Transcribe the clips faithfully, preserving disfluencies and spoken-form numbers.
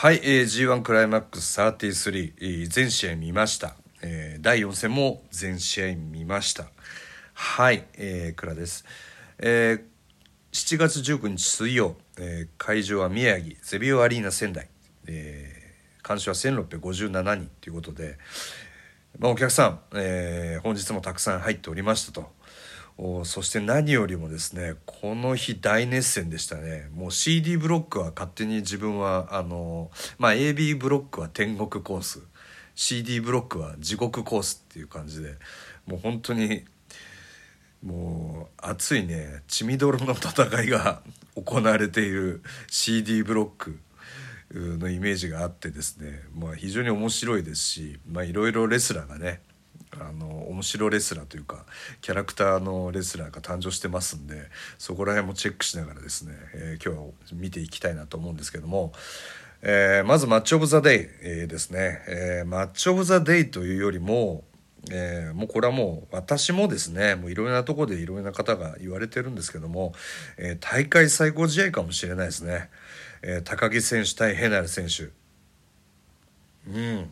はい、えー、ジーワン クライマックスさんじゅうさん、えー、全試合見ました、えー、だいよん戦も全試合見ました。はい、えー、倉です、えー、しちがつじゅうくにち水曜、えー、会場は宮城ゼビオアリーナ仙台、えー、観衆はせんろっぴゃくごじゅうななにんということで、まあ、お客さん、えー、本日もたくさん入っておりましたと。おそして何よりもですね、この日大熱戦でしたね。もう シーディー ブロックは勝手に自分はあのまあ エービー ブロックは天国コース、 シーディー ブロックは地獄コースっていう感じで、もう本当にもう熱いね血みどろの戦いが行われている シーディー ブロックのイメージがあってですね、まあ、非常に面白いですし、まあいろいろレスラーがね、あの面白レスラーというかキャラクターのレスラーが誕生してますんで、そこら辺もチェックしながらですね、えー、今日は見ていきたいなと思うんですけども、えー、まずマッチオブザデイ、えー、ですね、えー、マッチオブザデイというよりも、えー、もうこれはもう私もですね、もういろいろなところでいろいろな方が言われてるんですけども、えー、大会最高試合かもしれないですね、えー、高木選手対ヘナル選手。うん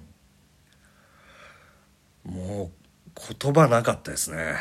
もう言葉なかったですね。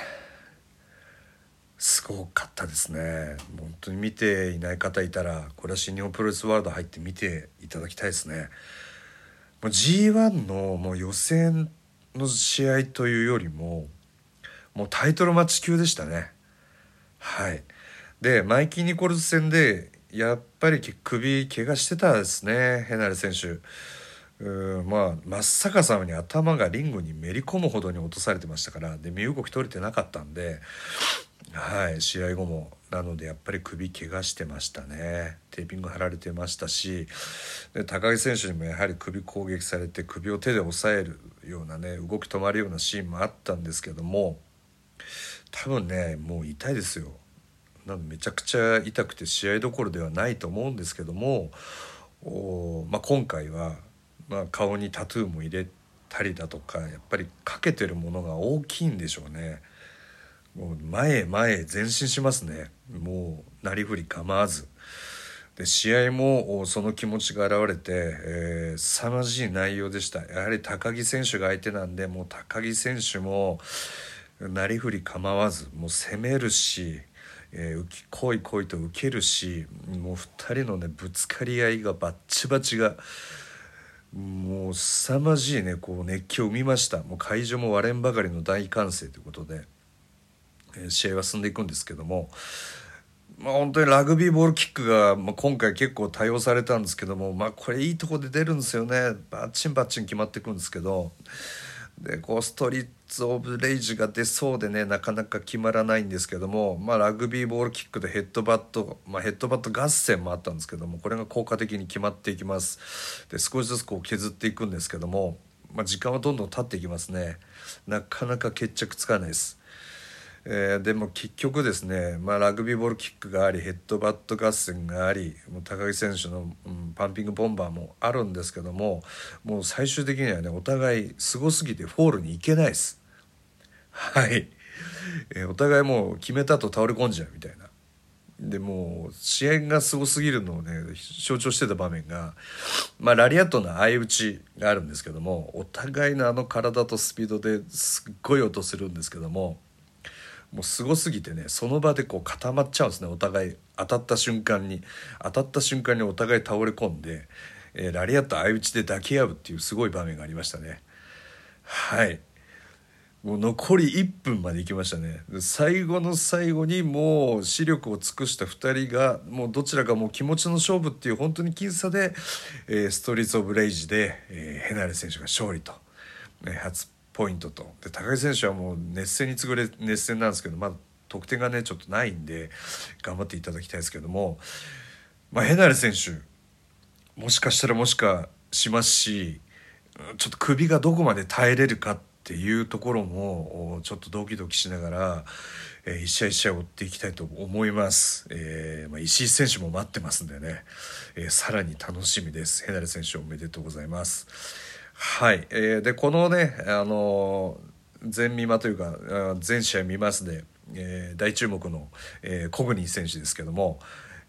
すごかったですね。本当に見ていない方いたら、これは新日本プロレスワールド入って見ていただきたいですね。もう ジーワン のもう予選の試合というよりももうタイトルマッチ級でしたね。はいでマイキー・ニコルズ戦でやっぱり首怪我してたですね、ヘナル選手。うんまあ真っ逆さまに頭がリングにめり込むほどに落とされてましたから、で身動き取れてなかったんで、はい、試合後もなのでやっぱり首怪我してましたね。テーピング貼られてましたし、で高木選手にもやはり首攻撃されて首を手で押さえるようなね、動き止まるようなシーンもあったんですけども、多分ねもう痛いですよ。なのでめちゃくちゃ痛くて試合どころではないと思うんですけども、お、まあ、今回は、まあ、顔にタトゥーも入れたりだとか、やっぱりかけてるものが大きいんでしょうね。もう前へ前へ前進しますね。もうなりふり構わずで、試合もその気持ちが現れて、えー、凄まじい内容でした。やはり高木選手が相手なんで、もう高木選手もなりふり構わずもう攻めるし、えー、来い来いと受けるし、もうふたりのねぶつかり合いがバッチバチがもう凄まじいねこう熱気を生みました。もう会場も割れんばかりの大歓声ということで、えー、試合は進んでいくんですけども、まあ、本当にラグビーボールキックが、まあ、今回結構多用されたんですけども、まあ、これいいとこで出るんですよね。バッチンバッチン決まっていくんですけど、でこうストリッツ・オブ・レイジが出そうでねなかなか決まらないんですけども、まあ、ラグビーボールキックでヘッドバット、まあ、ヘッドバット合戦もあったんですけども、これが効果的に決まっていきます。で少しずつこう削っていくんですけども、まあ、時間はどんどん経っていきますね。なかなか決着つかないです。えー、でも結局ですね、まあ、ラグビーボールキックがありヘッドバット合戦があり、もう高木選手の、うん、パンピングボンバーもあるんですけども、もう最終的にはねお互いすごすぎてフォールに行けないです。はい、えー、お互いもう決めたと倒れ込んじゃうみたいな。でもう試合がすごすぎるのをね象徴してた場面が、まあ、ラリアットの相打ちがあるんですけども、お互いのあの体とスピードですっごい音するんですけども、もうすごすぎてねその場でこう固まっちゃうんですね。お互い当たった瞬間に当たった瞬間にお互い倒れ込んで、えー、ラリアット相打ちで抱き合うっていうすごい場面がありましたね。はいもう残りいっぷんまで行きましたね。最後の最後にもう視力を尽くしたふたりがもうどちらかもう気持ちの勝負っていう本当に僅差で、えー、ストリート・オブ・レイジで、えー、ヘナレ選手が勝利と、ね、初ポイントと。で高木選手はもう熱戦に次ぐれ熱戦なんですけど、まだ得点がねちょっとないんで頑張っていただきたいですけども、まあ、ヘナレ選手もしかしたらもしかしますし、ちょっと首がどこまで耐えれるかっていうところもちょっとドキドキしながら、えー、一試合一試合追っていきたいと思います。えーまあ、石井選手も待ってますんでね、えー、さらに楽しみです。ヘナレ選手おめでとうございます。はい、えー、でこのねあのー、全見間というか全試合見ますで、えー、大注目の、えー、コグニー選手ですけども、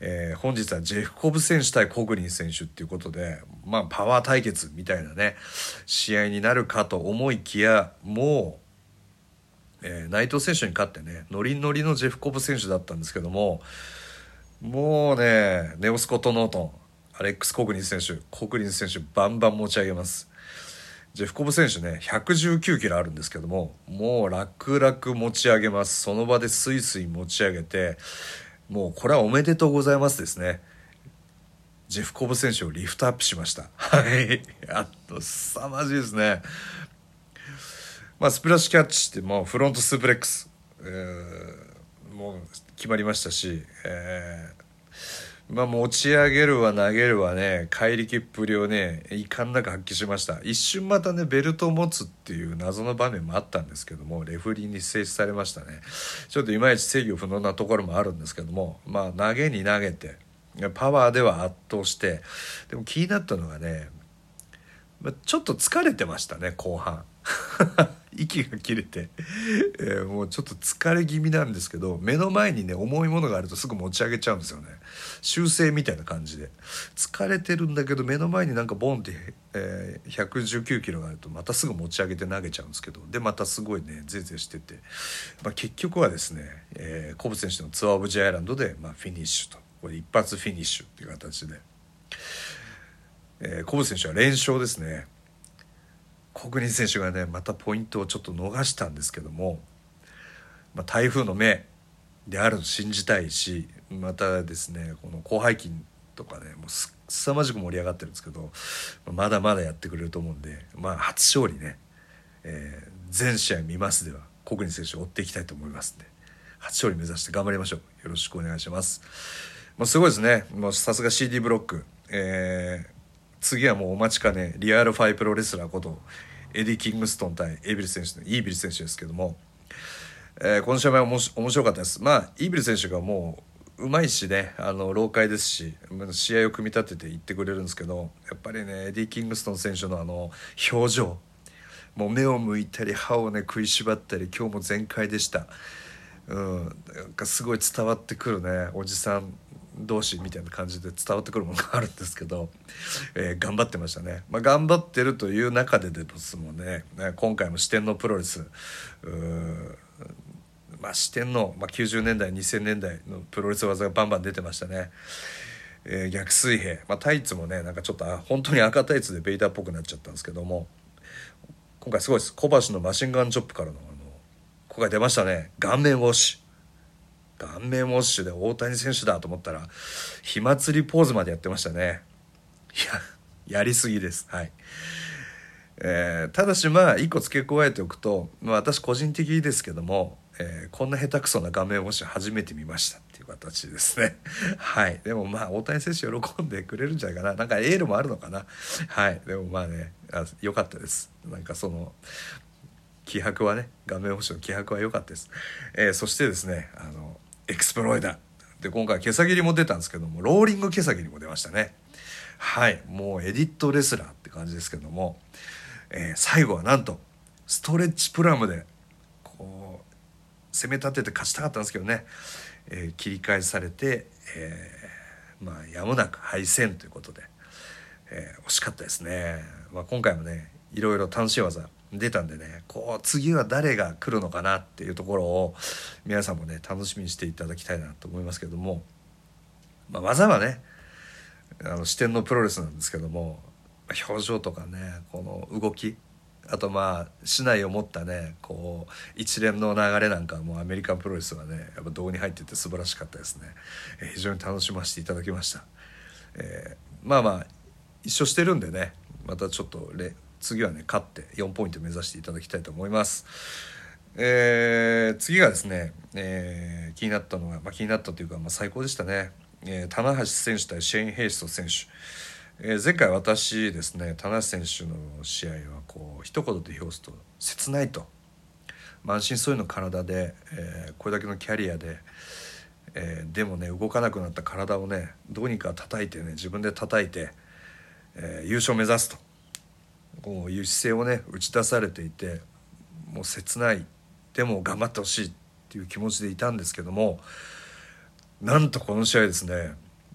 えー、本日はジェフコブ選手対コグリン選手っていうことで、まあ、パワー対決みたいなね試合になるかと思いきや、もう、えー、内藤選手に勝ってねノリノリのジェフコブ選手だったんですけども、もうねネオスコット・ノートン、アレックス・コグリン選手コグリン選手バンバン持ち上げます。ジェフコブ選手ねひゃくじゅうきゅうキロあるんですけども、もう楽々持ち上げます。その場でスイスイ持ち上げて、もうこれはおめでとうございますですね。ジェフコブ選手をリフトアップしました。はいあと凄まじいですね。まあスプラッシュキャッチってもうフロントスープレックス、えー、もう決まりましたし、えーまあ、持ち上げるわ投げるわね、怪力っぷりをね遺憾なく発揮しました。一瞬またねベルトを持つっていう謎の場面もあったんですけども、レフリーに制止されましたね。ちょっといまいち制御不能なところもあるんですけども、まあ投げに投げてパワーでは圧倒して、でも気になったのがね、ちょっと疲れてましたね後半息が切れて、えー、もうちょっと疲れ気味なんですけど、目の前にね重いものがあるとすぐ持ち上げちゃうんですよね。修正みたいな感じで疲れてるんだけど、目の前になんかボンって、えー、ひゃくじゅうきゅうキロがあるとまたすぐ持ち上げて投げちゃうんですけど、でまたすごいねゼーゼーしてて、まあ、結局はですね、えー、コブ選手のツアーオブジャイアイランドで、まあ、フィニッシュと、これ一発フィニッシュっていう形で、えー、コブ選手は連勝ですね。コグリン選手がねまたポイントをちょっと逃したんですけども、まあ、台風の目であると信じたいし、またですねこの広背筋とかねもうすさまじく盛り上がってるんですけど、まだまだやってくれると思うんで、まあ、初勝利ね、えー、全試合見ますではコグリン選手を追っていきたいと思いますんで、初勝利目指して頑張りましょう。よろしくお願いします。もうすごいですね。もうさすが シーディー ブロック、えー次はもうお待ちかねリアルファイプロレスラーことエディ・キングストン対エビル選手のイービル選手ですけども、えー、この試合は面白かったです。まあイービル選手がもううまいしね、あの老快ですし、試合を組み立てていってくれるんですけど、やっぱりねエディ・キングストン選手のあの表情、もう目を向いたり歯をね食いしばったり、今日も全開でした。うん、なんかすごい伝わってくるね、おじさん同士みたいな感じで伝わってくるものがあるんですけど、えー、頑張ってましたね。まあ、頑張ってるという中でですもんね、今回も四天王プロレス、うーまあ、四天王、まあ、きゅうじゅうねんだいにせんねんだいのプロレス技がバンバン出てましたね。えー、逆水平、まあ、タイツもねなんかちょっと本当に赤タイツでベイダーっぽくなっちゃったんですけども、今回すごいです。小橋のマシンガンチョップからのあの今回出ましたね、顔面ウォッシュ。顔面ウォッシュで大谷選手だと思ったら火祭りポーズまでやってましたね。いややりすぎです。はい、えー、ただしまあ一個付け加えておくと、まあ、私個人的ですけども、えー、こんな下手くそな画面ウォッシュ初めて見ましたっていう形ですね。はい、でもまあ大谷選手喜んでくれるんじゃないかな、なんかエールもあるのかな。はい、でもまあね、あ良かったです。なんかその気迫はね、画面ウォッシュの気迫は良かったです。えー、そしてですね、あのエクスプロイダーで今回毛先切りも出たんですけども、ローリング毛先切りも出ましたね。はい、もうエディットレスラーって感じですけども、えー、最後はなんとストレッチプラムでこう攻め立てて勝ちたかったんですけどね、えー、切り返されて、えー、まあやむなく敗戦ということで、えー、惜しかったですね。まあ、今回もねいろいろ楽しい技出たんでね、こう次は誰が来るのかなっていうところを皆さんもね楽しみにしていただきたいなと思いますけども、まあ、技はねあの四天王プロレスなんですけども、表情とかねこの動き、あとまあ竹刀を持ったねこう一連の流れなんかもアメリカンプロレスはねやっぱ胴に入ってて素晴らしかったですね。えー、非常に楽しませていただきました。えー、まあまあ一緒してるんでね、またちょっとレ次はね勝ってよんポイント目指していただきたいと思います。えー、次がですね、えー、気になったのが、まあ、気になったというか、まあ、最高でしたね。えー、棚橋選手対シェイン・ヘイスト選手、えー、前回私ですね棚橋選手の試合はこう一言で表すと切ないと、満身創痍の体で、えー、これだけのキャリアで、えー、でもね動かなくなった体をねどうにか叩いてね自分で叩いて、えー、優勝を目指すとこういう姿勢をね打ち出されていて、もう切ない、でも頑張ってほしいっていう気持ちでいたんですけども、なんとこの試合ですね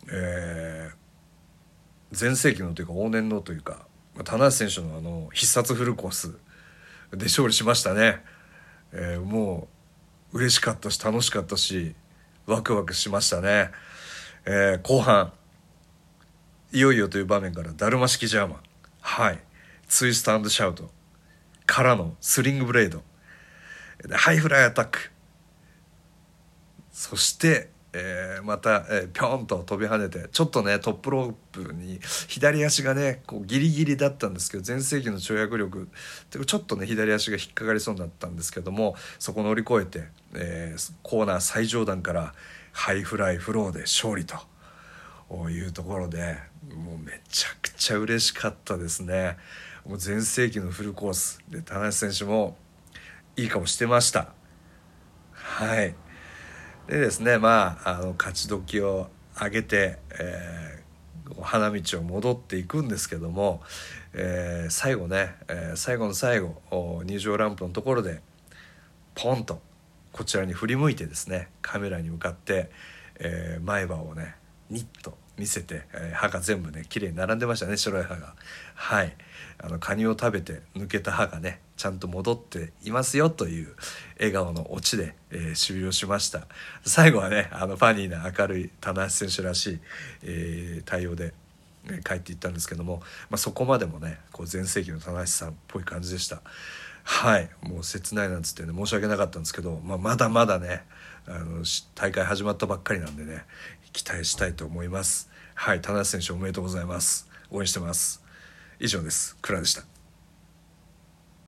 えー、全盛期のというか往年のというか棚橋選手のあの必殺フルコースで勝利しましたね。えー、もう嬉しかったし楽しかったしワクワクしましたね。えー、後半いよいよという場面からダルマ式ジャーマン、はいツイスト&シャウトからのスリングブレードでハイフライアタック、そして、えー、また、えー、ピョンと飛び跳ねてちょっとねトップロープに左足がねこうギリギリだったんですけど全盛期の跳躍力ちょっとね左足が引っかかりそうになったんですけどもそこ乗り越えて、えー、コーナー最上段からハイフライフローで勝利というところでもうめちゃくちゃ嬉しかったですね。もう全盛期のフルコースで田中選手もいい顔してました。はいでですねまああの勝ち時を上げて、えー、花道を戻っていくんですけども、えー、最後ね、えー、最後の最後入場ランプのところでポンとこちらに振り向いてですねカメラに向かって、えー、前歯をねニッと見せて、えー、歯が全部ね綺麗に並んでましたね白い歯が。はいあのカニを食べて抜けた歯がねちゃんと戻っていますよという笑顔のオチで、えー、終了しました。最後はねあのファニーな明るい棚橋選手らしい、えー、対応で、ね、帰っていったんですけども、まあ、そこまでもねこう全盛期の棚橋さんっぽい感じでした。はいもう切ないなんつってね申し訳なかったんですけど、まあ、まだまだねあの大会始まったばっかりなんでね期待したいと思います。はい棚橋選手おめでとうございます。応援してます。以上です。倉でした。